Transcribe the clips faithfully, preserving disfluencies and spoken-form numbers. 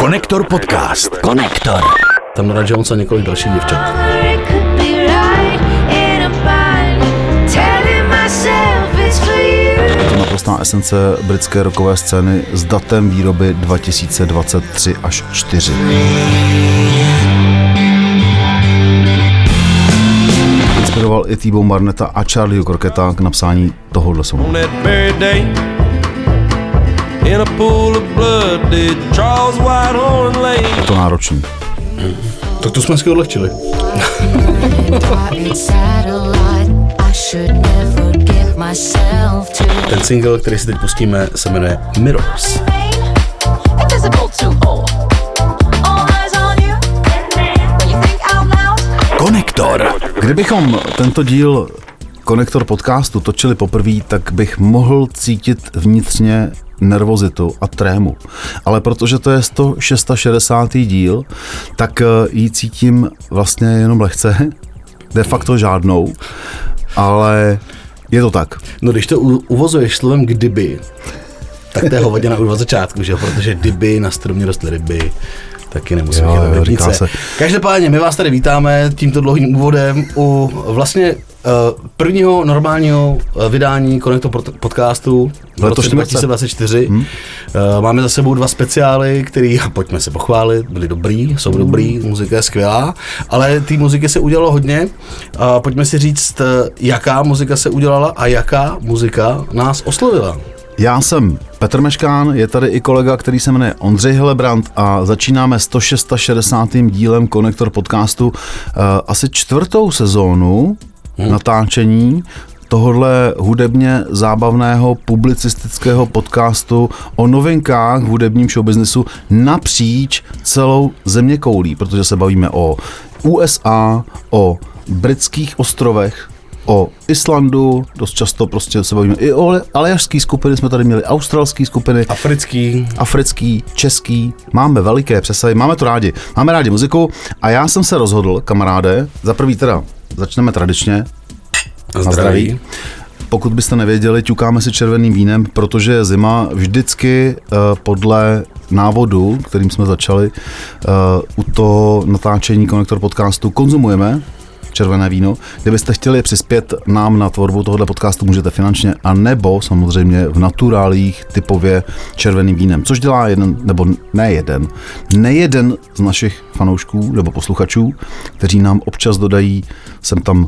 Konektor podcast. Konektor. Tam Nora Jones a několik dalších děvčat. Je to naprostá esence britské rockové scény s datem výroby dva tisíce dvacet tři až čtyři. Inspiroval i T-Bone Barnetta a Charlieho Corketa k napsání tohohle songu. Je to náročný. Hmm. Tak to jsme si odlehčili. Ten single, který si teď pustíme, se jmenuje Mirrors. Konektor. Kdybychom tento díl Konektor podcastu točili poprvé, tak bych mohl cítit vnitřně nervozitu a trému. Ale protože to je sto šedesátý šestý díl, tak ji cítím vlastně jenom lehce, de facto žádnou, ale je to tak. No když to uvozuješ slovem kdyby, tak to je hovoděna už od začátku, že? Protože kdyby na stromě rostly ryby, taky nemusím chytat rybnice. Každopádně my vás tady vítáme tímto dlouhým úvodem u vlastně uh, prvního normálního vydání Konektor podcastu v roce dva tisíce dvacet čtyři. Hmm. Uh, máme za sebou dva speciály, který, pojďme se pochválit, byly dobrý, jsou dobrý, muzika je skvělá, ale té muziky se udělalo hodně. Uh, pojďme si říct, jaká muzika se udělala a jaká muzika nás oslovila. Já jsem Petr Meškán, je tady i kolega, který se jmenuje Ondřej Helebrant a začínáme sto šedesátým šestým dílem Konektor podcastu uh, asi čtvrtou sezónu hmm. natáčení tohodle hudebně zábavného publicistického podcastu o novinkách v hudebním showbiznisu napříč celou zeměkoulí, protože se bavíme o U S A, o britských ostrovech, o Islandu, dost často prostě se bavíme i o aljašský skupiny, jsme tady měli australský skupiny, africký, africký, český, máme veliké přesahy, máme to rádi, máme rádi muziku a já jsem se rozhodl, kamaráde, za prvý teda začneme tradičně, na zdraví. Pokud byste nevěděli, ťukáme si červeným vínem, protože je zima, vždycky uh, podle návodu, kterým jsme začali uh, u toho natáčení Konektor podcastu, konzumujeme červené víno. Kdybyste chtěli přispět nám na tvorbu tohoto podcastu, můžete finančně, a nebo samozřejmě v naturálích typově červeným vínem, což dělá jeden, nebo ne jeden, nejeden z našich fanoušků nebo posluchačů, kteří nám občas dodají sem tam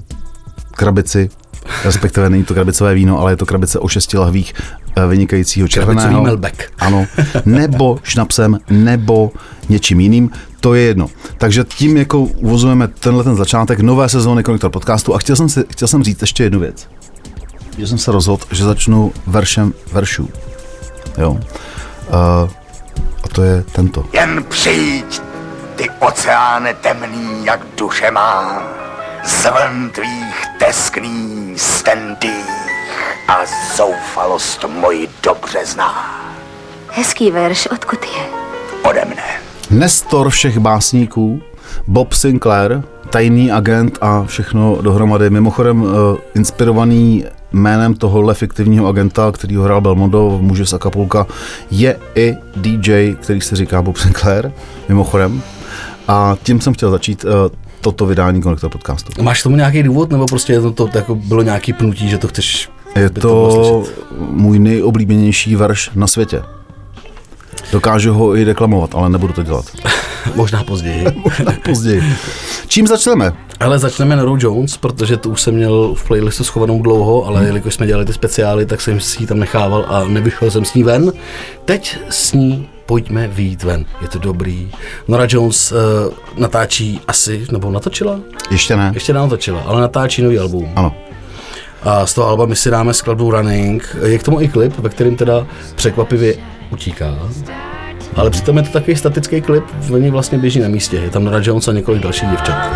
krabici, respektive není to krabicové víno, ale je to krabice o šesti lahvích vynikajícího červeného. Krabicový Melbeck. Ano, nebo šnapsem, nebo něčím jiným, to je jedno. Takže tím jako uvozujeme tenhle ten začátek nové sezóny Konektor podcastu a chtěl jsem, si, chtěl jsem říct ještě jednu věc. Že jsem se rozhodl, že začnu veršem veršů. Jo. Uh, a to je tento. Jen přijď, ty oceáne temný, jak duše má, z vln tvých teskný stendých a zoufalost moji dobře zná. Hezký verš, odkud je? Ode mne. Nestor všech básníků, Bob Sinclair, tajný agent a všechno dohromady. Mimochodem uh, inspirovaný jménem tohohle fiktivního agenta, který ho hrál Belmondo v Muži z Acapulca, je i D J, který se říká Bob Sinclair, mimochodem. A tím jsem chtěl začít uh, toto vydání Konektor podcastu. Máš tomu nějaký důvod, nebo prostě to, to jako bylo nějaký pnutí, že to chceš? Je to, to můj nejoblíbenější verš na světě. Dokážu ho i deklamovat, ale nebudu to dělat. Možná později. Možná později. Čím začneme? Ale začneme Norou Jones, protože tu už jsem měl v playlistu schovanou dlouho, ale hmm. jelikož jsme dělali ty speciály, tak jsem si ji tam nechával a nevyšel jsem s ní ven. Teď s ní pojďme vyjít ven. Je to dobrý. Nora Jones uh, natáčí asi, nebo natočila? Ještě ne. Ještě natočila, ale natáčí nový album. Ano. A z toho alba my si dáme skladbu Running. Je k tomu i klip, ve kterém teda překvapivě utíká. Ale přitom je to takový statický klip, oni vlastně běží na místě. Je tam Nora Jones a několik dalších děvčat.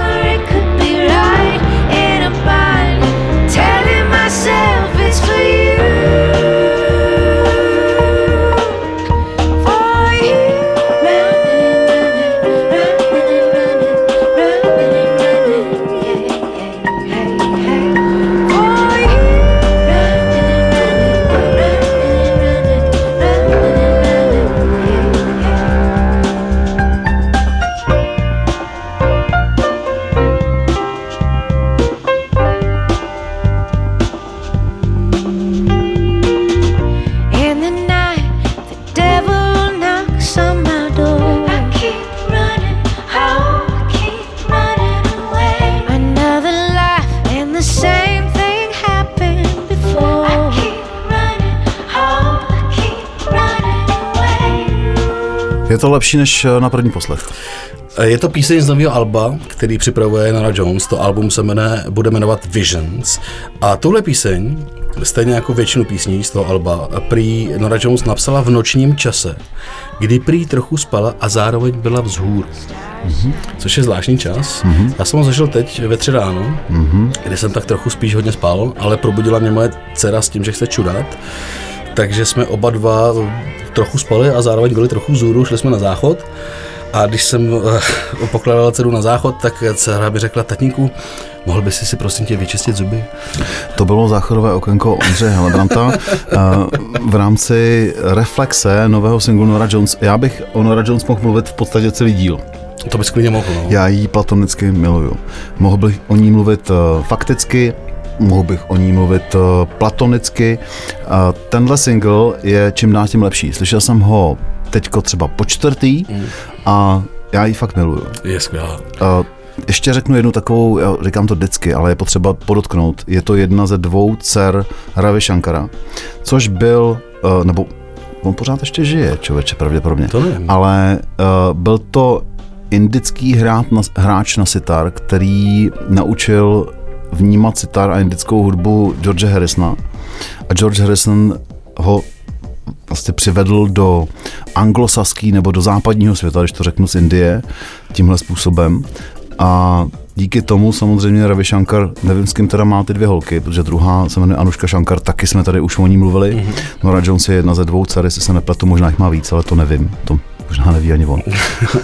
Je to lepší než na první poslech. Je to píseň z nového alba, který připravuje Norah Jones. To album se jmenuje, bude jmenovat Visions. A tuhle píseň, stejně jako většinu písní z toho alba, prý Norah Jones napsala v nočním čase, kdy prý trochu spala a zároveň byla vzhůru. Mm-hmm. Což je zvláštní čas. Mm-hmm. Já jsem ho zažil teď ve tři ráno, mm-hmm. kdy jsem tak trochu spíš hodně spal, ale probudila mě moje dcera s tím, že chce čurat. Takže jsme oba dva trochu spali a zároveň byli trochu vzhůru, šli jsme na záchod. A když jsem uh, pokládal dceru na záchod, tak dcera by řekla: tatínku, mohl by si si prosím tě vyčistit zuby? To bylo záchodové okénko Ondřeje Helebranta uh, v rámci reflexe nového singlu Norah Jones. Já bych o Norah Jones mohl mluvit v podstatě celý díl. To bys klidně mohl, no. Já ji platonicky miluju. Mohl bych o ní mluvit uh, fakticky, mohl bych o ní mluvit uh, platonicky. Uh, tenhle single je čím dál tím lepší. Slyšel jsem ho teďko třeba po čtvrtý mm. a já ji fakt miluju. Je skvělá. Uh, ještě řeknu jednu takovou, já říkám to vždycky, ale je potřeba podotknout. Je to jedna ze dvou dcer Ravi Shankara, což byl, uh, nebo on pořád ještě žije, člověče, pravděpodobně. To nevím. Ale uh, byl to indický hrát na, hráč na sitar, který naučil vnímat sitar a indickou hudbu George Harrisona. A George Harrison ho vlastně přivedl do anglosaský nebo do západního světa, když to řeknu z Indie, tímhle způsobem. A díky tomu samozřejmě Ravi Shankar, nevím s kým teda má ty dvě holky, protože druhá se jmenuje Anuška Shankar, taky jsme tady už o ní mluvili. Mm-hmm. Norah Jones je jedna ze dvou dcer, jestli se nepletu, možná jich má víc, ale to nevím. To možná neví ani on.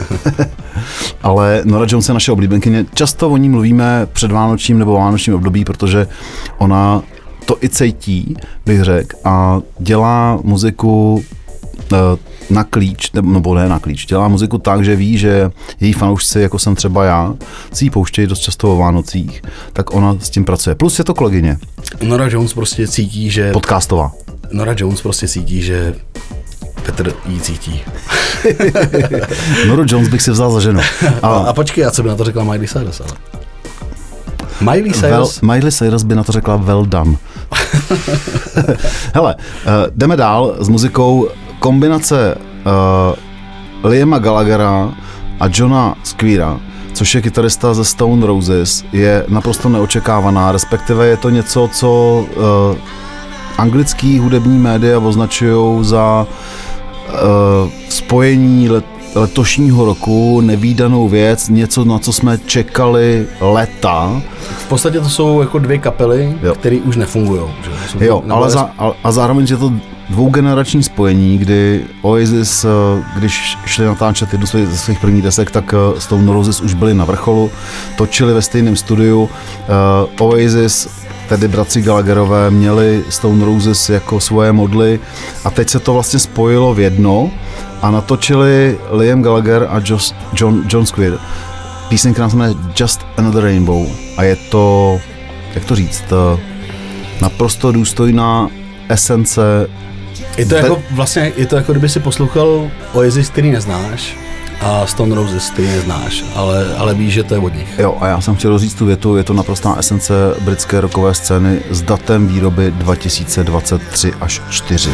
Ale Norah Jones je naše oblíbenkyně. Často o ní mluvíme před vánočním nebo vánočním období, protože ona to i cítí, bych řekl, a dělá muziku na klíč, nebo ne na klíč, dělá muziku tak, že ví, že její fanoušci, jako jsem třeba já, si ji pouštějí dost často o Vánocích, tak ona s tím pracuje. Plus je to kolegyně. Norah Jones prostě cítí, že... Podcastová. Norah Jones prostě cítí, že Petr jí cítí. Norah Jones bych si vzal za ženu. A, a počkej, a co by na to řekla Miley Cyrus, ale? Miley Cyrus? Well, Miley Cyrus by na to řekla well done. Hele, uh, jdeme dál s muzikou. Kombinace uh, Liama Gallaghera a Johna Squira, což je kytarista ze Stone Roses, je naprosto neočekávaná, respektive je to něco, co uh, anglický hudební média označují za uh, spojení let, letošního roku, nevídanou věc, něco, na co jsme čekali léta. V podstatě to jsou jako dvě kapely, které už nefungují. Jo, ale za, a, a zároveň je to dvougenerační spojení, kdy Oasis, když šli natáčet jednu ze svých prvních desek, tak Stone Roses už byli na vrcholu, točili ve stejném studiu. Uh, Oasis, tedy bratři Gallagherové, měli Stone Roses jako svoje modly a teď se to vlastně spojilo v jedno a natočili Liam Gallagher a Just, John, John Squire píseň, která se jmenuje Just Another Rainbow a je to, jak to říct, naprosto důstojná esence. Je to jako vlastně, je to jako kdyby si poslouchal Oasis, který neznáš, a Stone Roses, který neznáš, ale, ale víš, že to je od nich. Jo, a já jsem chtěl říct tu větu, je to naprostá esence britské rockové scény s datem výroby dva tisíce dvacet tři až čtyři.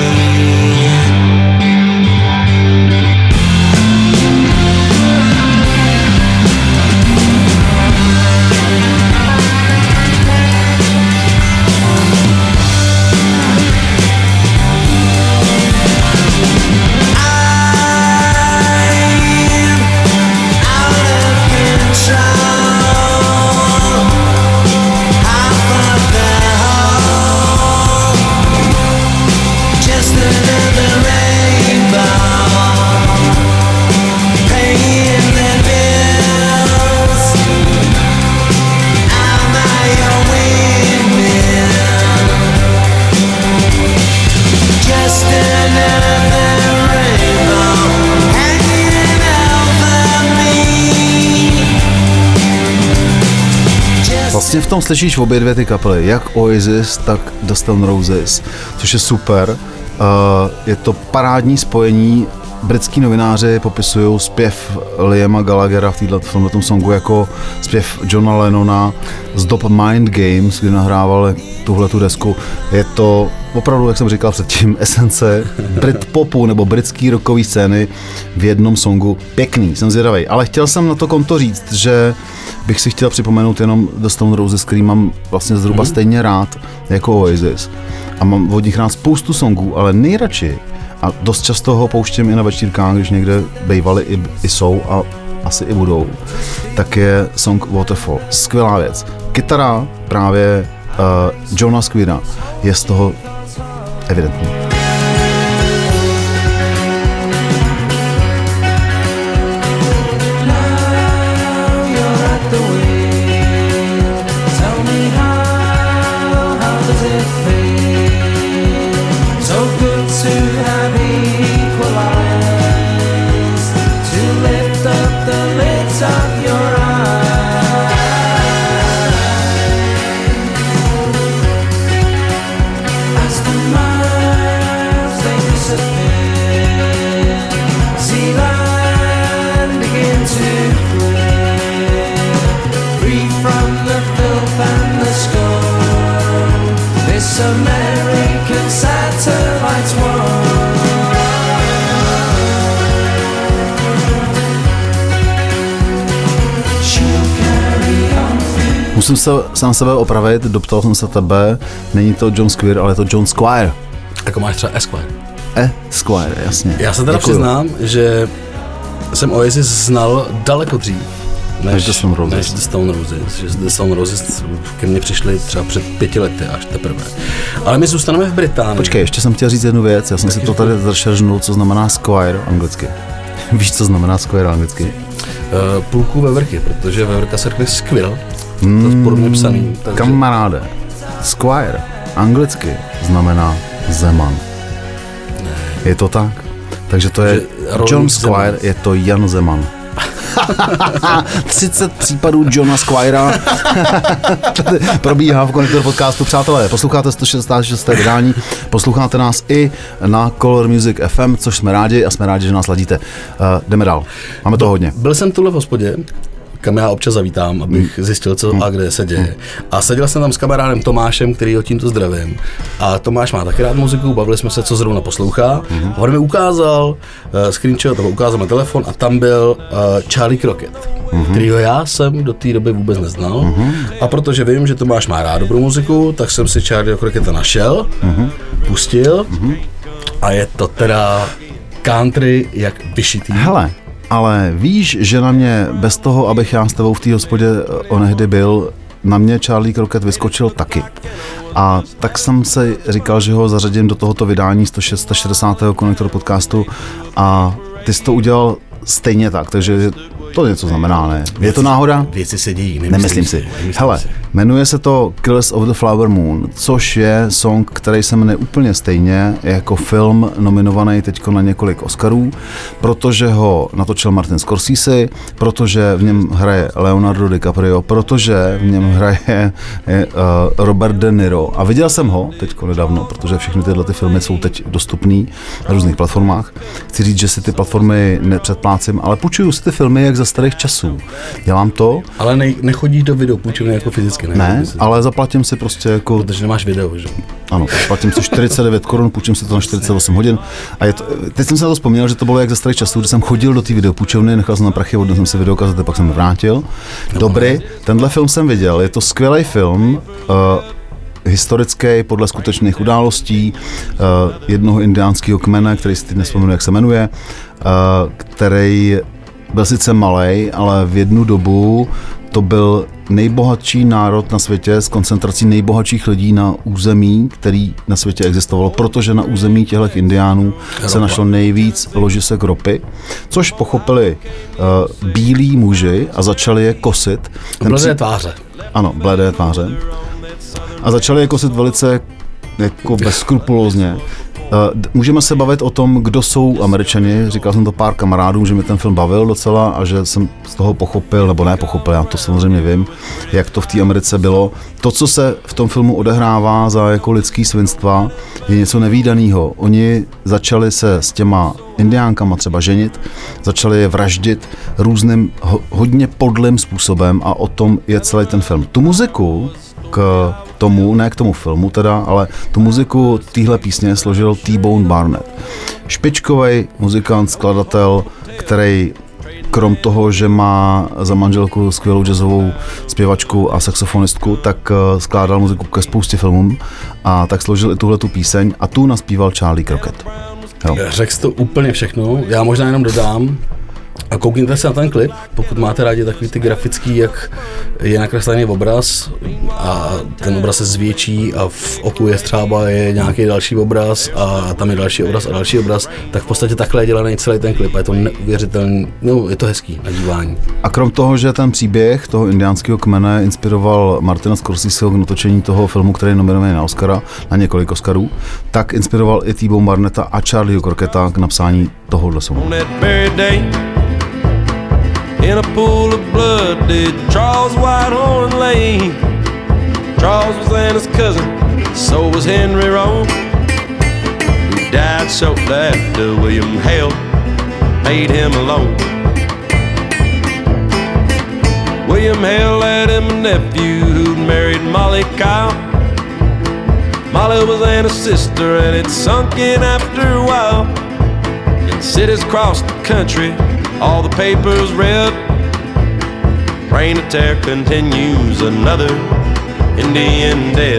V tom slyšíš obě dvě ty kapely, jak Oasis, tak The Stone Roses, což je super. Uh, je to parádní spojení britský novináři popisují zpěv Liama Gallaghera v, týhle, v tomto songu jako zpěv Johna Lennona z dob Mind Games, kdy nahrávali tuhletu desku. Je to opravdu, jak jsem říkal předtím, esence Britpopu nebo britský rockový scény v jednom songu. Pěkný, jsem zvědavej. Ale chtěl jsem na to konto říct, že bych si chtěl připomenout jenom The Stone Roses, který mám vlastně zhruba mm. stejně rád jako Oasis. A mám od nich rád spoustu songů, ale nejradši, a dost často ho pouštím i na večírkách, když někde bejvali i, i jsou a asi i budou, tak je song Waterfall. Skvělá věc. Kytara právě uh, Johna Squira je z toho evidentní. Musím se sám sebe opravit, doptal jsem se tebe, není to John Squire, ale je to John Squire. Jako máš třeba Esquire. Esquire, jasně. Já se teda Děkuju. přiznám, že jsem Oasis znal daleko dřív, než, než, než The Stone Roses. Že The Stone Roses ke mně přišli třeba před pěti lety až teprve. Ale my zůstaneme v Británii. Počkej, ještě jsem chtěl říct jednu věc, já jsem tak si to tady zašeržnul, co znamená Squire anglicky. Víš, co znamená Squire anglicky? Uh, půlku vevrchy, protože vevrka se řekne squirrel. Hmm, to je podobně psaný. Takže... Kamaráde, Squire anglicky znamená Zeman. Ne. Je to tak? Takže to je John Squire, Zeman. Je to Jan Zeman. třicet případů Johna Squira probíhá v Konektor podcastu. Přátelé, posloucháte sto šedesát šesté vydání, posloucháte nás i na Color Music F M, což jsme rádi a jsme rádi, že nás ladíte. Uh, jdeme dál, máme to hodně. Byl jsem tuhle v hospodě, kam já občas zavítám, abych zjistil, co a kde se děje. A seděl jsem tam s kamarádem Tomášem, který ho tímto zdravím. A Tomáš má taky rád muziku, bavili jsme se, co zrovna poslouchá. Mm-hmm. A on mi ukázal uh, screenshot, nebo ukázal mi telefon a tam byl uh, Charlie Crockett, mm-hmm. kterýho já jsem do té doby vůbec neznal. Mm-hmm. A protože vím, že Tomáš má rád dobrou muziku, tak jsem si Charlie Crocketta našel, mm-hmm. pustil mm-hmm. a je to teda country jak vyšitý. Hele. Ale víš, že na mě, bez toho, abych já s tebou v té hospodě onehdy byl, na mě Charlie Crockett vyskočil taky. A tak jsem se říkal, že ho zařadím do tohoto vydání sto šedesátého Konektor podcastu a ty jsi to udělal stejně tak, takže to něco znamená, ne? Je to náhoda? Věci se dějí, nemyslím, nemyslím si. Nemyslím Hele, si. Jmenuje se to Killers of the Flower Moon, což je song, který se jmenuje úplně stejně jako film nominovaný teďko na několik Oscarů, protože ho natočil Martin Scorsese, protože v něm hraje Leonardo DiCaprio, protože v něm hraje je, uh, Robert De Niro. A viděl jsem ho teďko nedávno, protože všechny tyhle ty filmy jsou teď dostupný na různých platformách. Chci říct, že si ty platformy nepředplácím, ale půjčuju si ty filmy jak za starých časů. Dělám to. Ale ne, nechodíš do videopůjčovny jako fyzicky, ne? Ne, ale zaplatím si prostě jako... Protože nemáš video, že? Ano, zaplatím si čtyřicet devět korun, půjčím si to na čtyřicet osm hodin. A je to, teď jsem se na to vzpomněl, že to bylo jak za starých časů, kdy jsem chodil do té videopůjčovny, nechal jsem na prachy, odnesl jsem si videokazety, pak jsem je vrátil. Dobrý, tenhle film jsem viděl, je to skvělý film, uh, historický, podle skutečných událostí, uh, jednoho indiánského kmene, který si teď nevzpomenu, jak se jmenuje, uh, který byl sice malej, ale v jednu dobu to byl nejbohatší národ na světě s koncentrací nejbohatších lidí na území, který na světě existovalo, protože na území těchto indiánů Ropa. se našlo nejvíc ložisek ropy, což pochopili uh, bílí muži a začali je kosit. Bledé pří... tváře. Ano, bledé tváře. A začali je kosit velice jako bezskrupulózně. Můžeme se bavit o tom, kdo jsou Američani. Říkal jsem to pár kamarádům, že mi ten film bavil docela a že jsem z toho pochopil, nebo ne pochopil, já to samozřejmě vím, jak to v té Americe bylo. To, co se v tom filmu odehrává za jako lidský svinstva, je něco nevídaného. Oni začali se s těma indiánkama třeba ženit, začali je vraždit různým, ho, hodně podlým způsobem a o tom je celý ten film. Tu muziku k tomu, ne k tomu filmu teda, ale tu muziku téhle písně složil T-Bone Barnett. Špičkový muzikant, skladatel, který krom toho, že má za manželku skvělou jazzovou zpěvačku a saxofonistku, tak skládal muziku ke spoustě filmům a tak složil i tuhletu píseň a tu naspíval Charlie Crockett. Jo. Řekl jsi to úplně všechno, já možná jenom dodám, a koukněte se na ten klip, pokud máte rádi takový ty grafický, jak je nakreslený obraz a ten obraz se zvětší a v oku je střába, je nějaký další obraz a tam je další obraz a další obraz, tak v podstatě takhle je dělaný celý ten klip a je to neuvěřitelný, no je to hezký na dívání. A krom toho, že ten příběh toho indiánského kmene inspiroval Martina Scorseseho k natočení toho filmu, který je nominovaný na Oscara, na několik Oscarů, tak inspiroval i T-Bone Barnetta a Charlieho Crocketta k napsání tohohle songu. In a pool of blood did Charles Whitehorn lay. Charles was Anna's cousin, so was Henry Rowe, who died shortly after William Hale made him alone. William Hale had him a nephew who'd married Molly Kyle. Molly was Anna's sister and it sunk in after a while. In cities across the country, all the papers read, Reign of Terror continues, another Indian dead.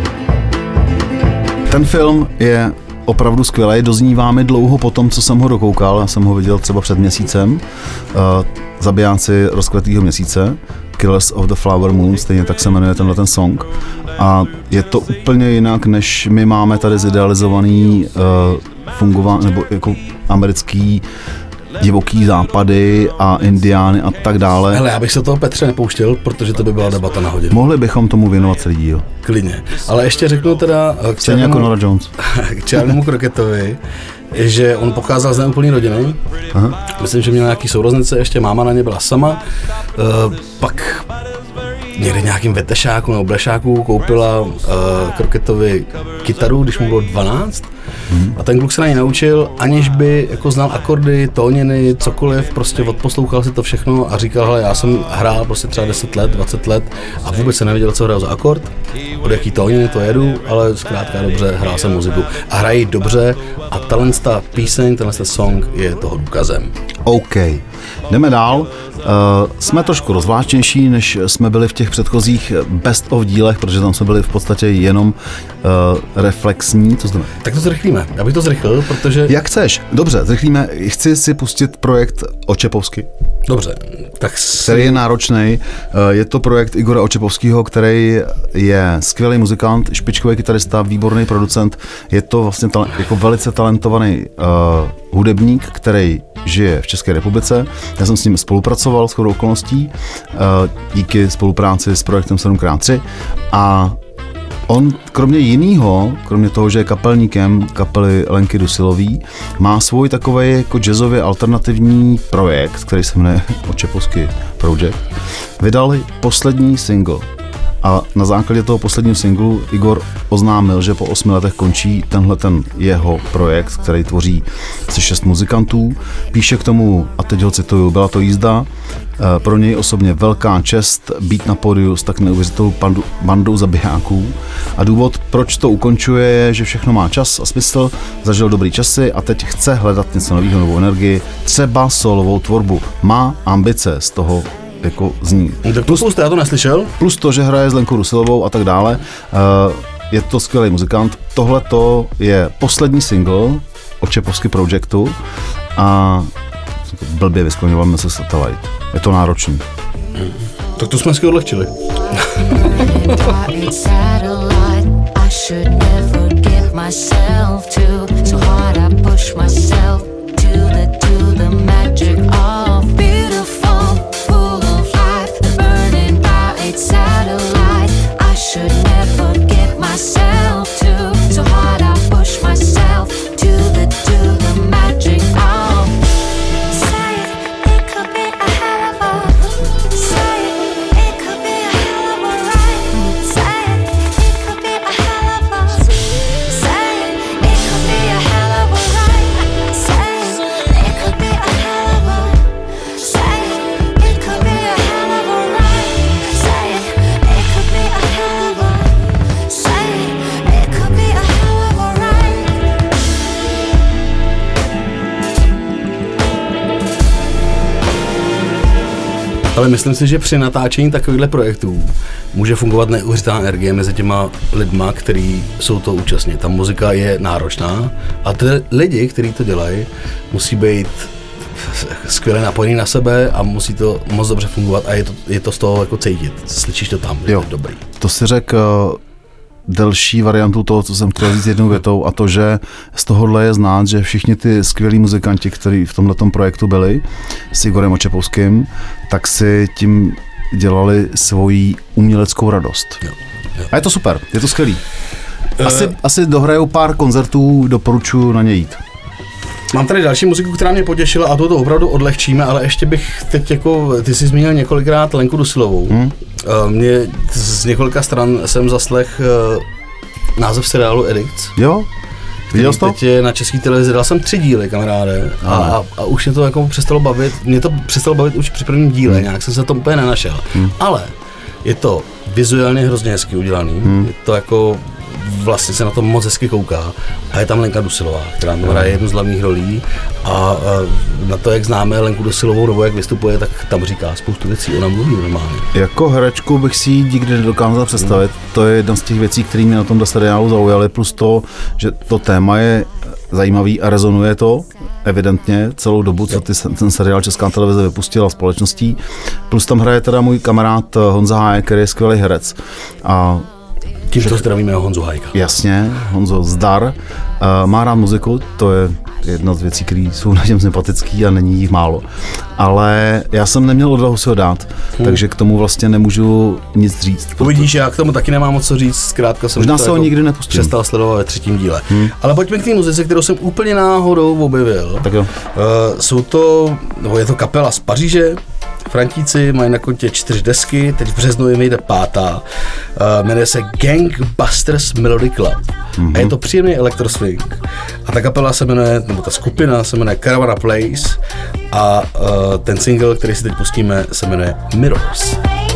Ten film je opravdu skvělý, doznívá mi dlouho po tom, co jsem ho dokoukal, já jsem ho viděl třeba před měsícem, uh, Zabijáci rozkvetýho měsíce, Killers of the Flower Moon, stejně tak se jmenuje tenhle ten song. A je to úplně jinak, než my máme tady zidealizovaný uh, fungování, nebo jako americký divoký západy a indiány a tak dále. Hele, já bych se toho Petře nepouštěl, protože to by byla debata na hodinu. Mohli bychom tomu věnovat celý díl. Klidně. Ale ještě řeknu teda k Stejně jako Nora Jones. K Charliemu Crockettovi, že on pocházel z neúplný rodiny. Aha. Myslím, že měl nějaký souroznice, ještě máma na ně byla sama. Uh, pak někde nějakým vetešáku nebo blešáku koupila uh, Crockettovi kytaru, když mu bylo dvanáct. Hmm. A ten kluk se na ní naučil, aniž by jako znal akordy, tóniny, cokoliv, prostě odposlouchal si to všechno a říkal, hele, já jsem hrál prostě třeba deset let, dvacet let a vůbec se nevěděl, co hrál za akord, od jaký tóniny to jedu, ale zkrátka dobře, hrál jsem muziku a hrají dobře a tahle ta píseň, tenhle ten song je toho důkazem. OK, jdeme dál. Uh, jsme trošku rozvláštnější, než jsme byli v těch předchozích best of dílech, protože tam jsme byli v podstatě jenom uh, reflexní, to znamená. Tak to zrychlíme, já bych to zrychlil, protože... Jak chceš, dobře, zrychlíme, chci si pustit projekt Očepovsky. Dobře, tak si... Který je náročný, uh, je to projekt Igora Očepovského, který je skvělý muzikant, špičkový kytarista, výborný producent, je to vlastně ta, jako velice talentovaný uh, hudebník, který žije v České republice. Já jsem s ním spolupracoval shodou okolností díky spolupráci s projektem sedm krát tři a on kromě jinýho, kromě toho, že je kapelníkem kapely Lenky Dusilový, má svůj takovej jako jazzově alternativní projekt, který se jmenuje Očepovsky Project. Vydali poslední single. A na základě toho posledního singlu Igor oznámil, že po osmi letech končí tenhle ten jeho projekt, který tvoří asi šest muzikantů. Píše k tomu, a teď ho cituju, byla to jízda, pro něj osobně velká čest být na pódiu s tak neuvěřitelnou bandu, bandou zabijáků. A důvod, proč to ukončuje, je, že všechno má čas a smysl, zažil dobrý časy a teď chce hledat něco nového, novou energii, třeba solovou tvorbu. Má ambice z toho jako zní. Plus, plus, já to neslyšel. Plus to, že hraje s Lenkou Dusilovou a tak dále. Uh, je to skvělý muzikant. Tohle to je poslední single Očepovsky Projectu a blbě vyskloňoval se Satellite. Je to náročný. Tak to jsme si odlehčili. Satellite, I should never give myself to. So hard I push myself Ale myslím si, že při natáčení takovýchhle projektů může fungovat neuvěřitelná energie mezi těma lidma, kteří jsou to účastní. Ta muzika je náročná a ty lidi, kteří to dělají, musí být skvěle napojený na sebe a musí to moc dobře fungovat a je to, je to z toho jako cítit. Slyšíš to tam, jo, je to dobrý. To si řekl uh, delší variantu toho, co jsem chtěl říct jednou větou, a to, že z tohohle je znát, že všichni ty skvělí muzikanti, kteří v tomhletom projektu byli s Igorem Očepovským, tak si tím dělali svoji uměleckou radost. Jo, jo. A je to super, je to skvělý. Asi, uh, asi dohrajou pár koncertů, doporučuji na ně jít. Mám tady další muziku, která mě potěšila a to to opravdu odlehčíme, ale ještě bych teď jako, ty jsi zmínil několikrát Lenku Dusilovou. Hmm. Mě z několika stran jsem zaslech název seriálu Addicts. Jo, viděl jsi to? Teď je na české televizi, dal jsem tři díly, kamaráde, a, a, a už mě to jako přestalo bavit, mě to přestalo bavit už při prvním díle, hmm. nějak jsem se to úplně nenašel, hmm. ale je to vizuálně hrozně hezky udělaný, hmm. je to jako vlastně se na to moc hezky kouká a je tam Lenka Dusilová, která tam hraje jednu z hlavních rolí a, a na to, jak známe Lenku Dusilovou nebo jak vystupuje, tak tam říká spoustu věcí, ona mluví normálně. Jako herečku bych si ji nikdy nedokázal představit, mm. to je jedna z těch věcí, které mě na tomhle seriálu zaujaly, plus to, že to téma je zajímavý a rezonuje to evidentně celou dobu, co ty, ten seriál Česká televize vypustila společností, plus tam hraje teda můj kamarád Honza Hájek, který je skvělý herec a tímto zdravíme Honzu Hájka. Jasně, Honzo, zdar. Uh, má rád muziku, to je jedna z věcí, které jsou na něm sympatický a není jich málo. Ale já jsem neměl odvahu si ho dát, hmm. takže k tomu vlastně nemůžu nic říct. Uvidíš, já k tomu taky nemám moc co říct, zkrátka jsem možná se ho jako nikdy nepustím. Přestal sledovat ve třetím díle. Hmm. Ale pojďme k té muzice, kterou jsem úplně náhodou objevil. Tak jo. Uh, jsou to, nebo je to kapela z Paříže, Frantíci, mají na kontě čtyři desky, teď v březnu jim vyjde pátá. Uh, jmenuje se Gangbusters Melody Club. Mm-hmm. A je to příjemný electroswing. A ta kapela se jmenuje, nebo ta skupina se jmenuje Caravana Place a uh, ten single, který si teď pustíme, se jmenuje Mirrors.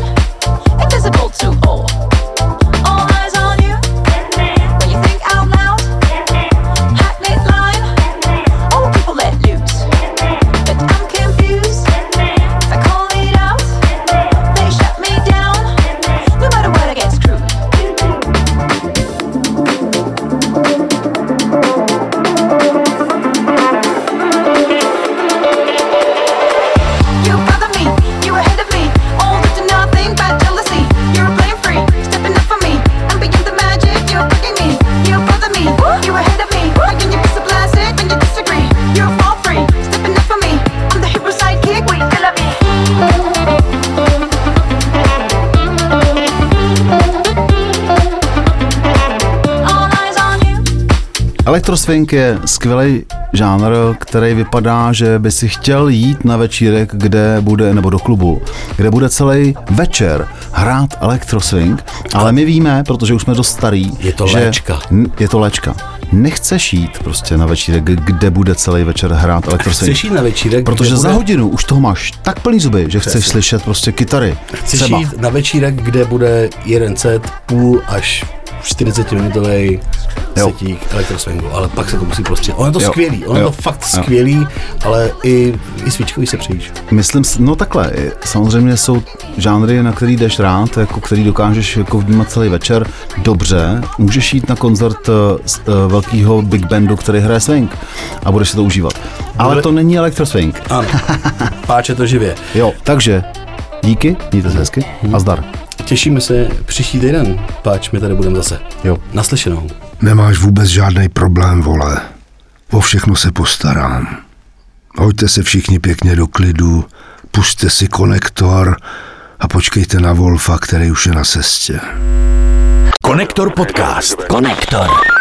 Electroswing je skvělý žánr, který vypadá, že by si chtěl jít na večírek, kde bude, nebo do klubu, kde bude celý večer hrát electroswing, ale my víme, protože už jsme dost starý, je to že léčka. Je to léčka. Nechceš jít prostě na večírek, kde bude celý večer hrát electroswing. Chceš jít na večírek, protože bude... za hodinu už toho máš tak plný zuby, že Přesně. chceš slyšet prostě kytary. Chceš třeba. jít na večírek, kde bude jeden set, půl až čtyřicetiminutový setík electroswingu, ale pak se to musí prostředit. Ono je to jo. skvělý, ono je to fakt jo. skvělý, ale i, i svíčkový se přijíš. Myslím, no takhle, samozřejmě jsou žánry, na který jdeš rád, jako který dokážeš jako vnímat celý večer dobře, můžeš jít na koncert uh, velkého big bandu, který hraje swing a budeš si to užívat. Ale Bude... to není electroswing. Ano, páče to živě. Jo, takže díky, mějte se hezky a zdar. Těšíme se příští týden, páč, my tady budeme zase. Jo. Naslyšenou. Nemáš vůbec žádný problém, vole. O všechno se postarám. Hoďte se všichni pěkně do klidu, pusťte si Konektor a počkejte na Wolfa, který už je na cestě. Konektor podcast. Konektor.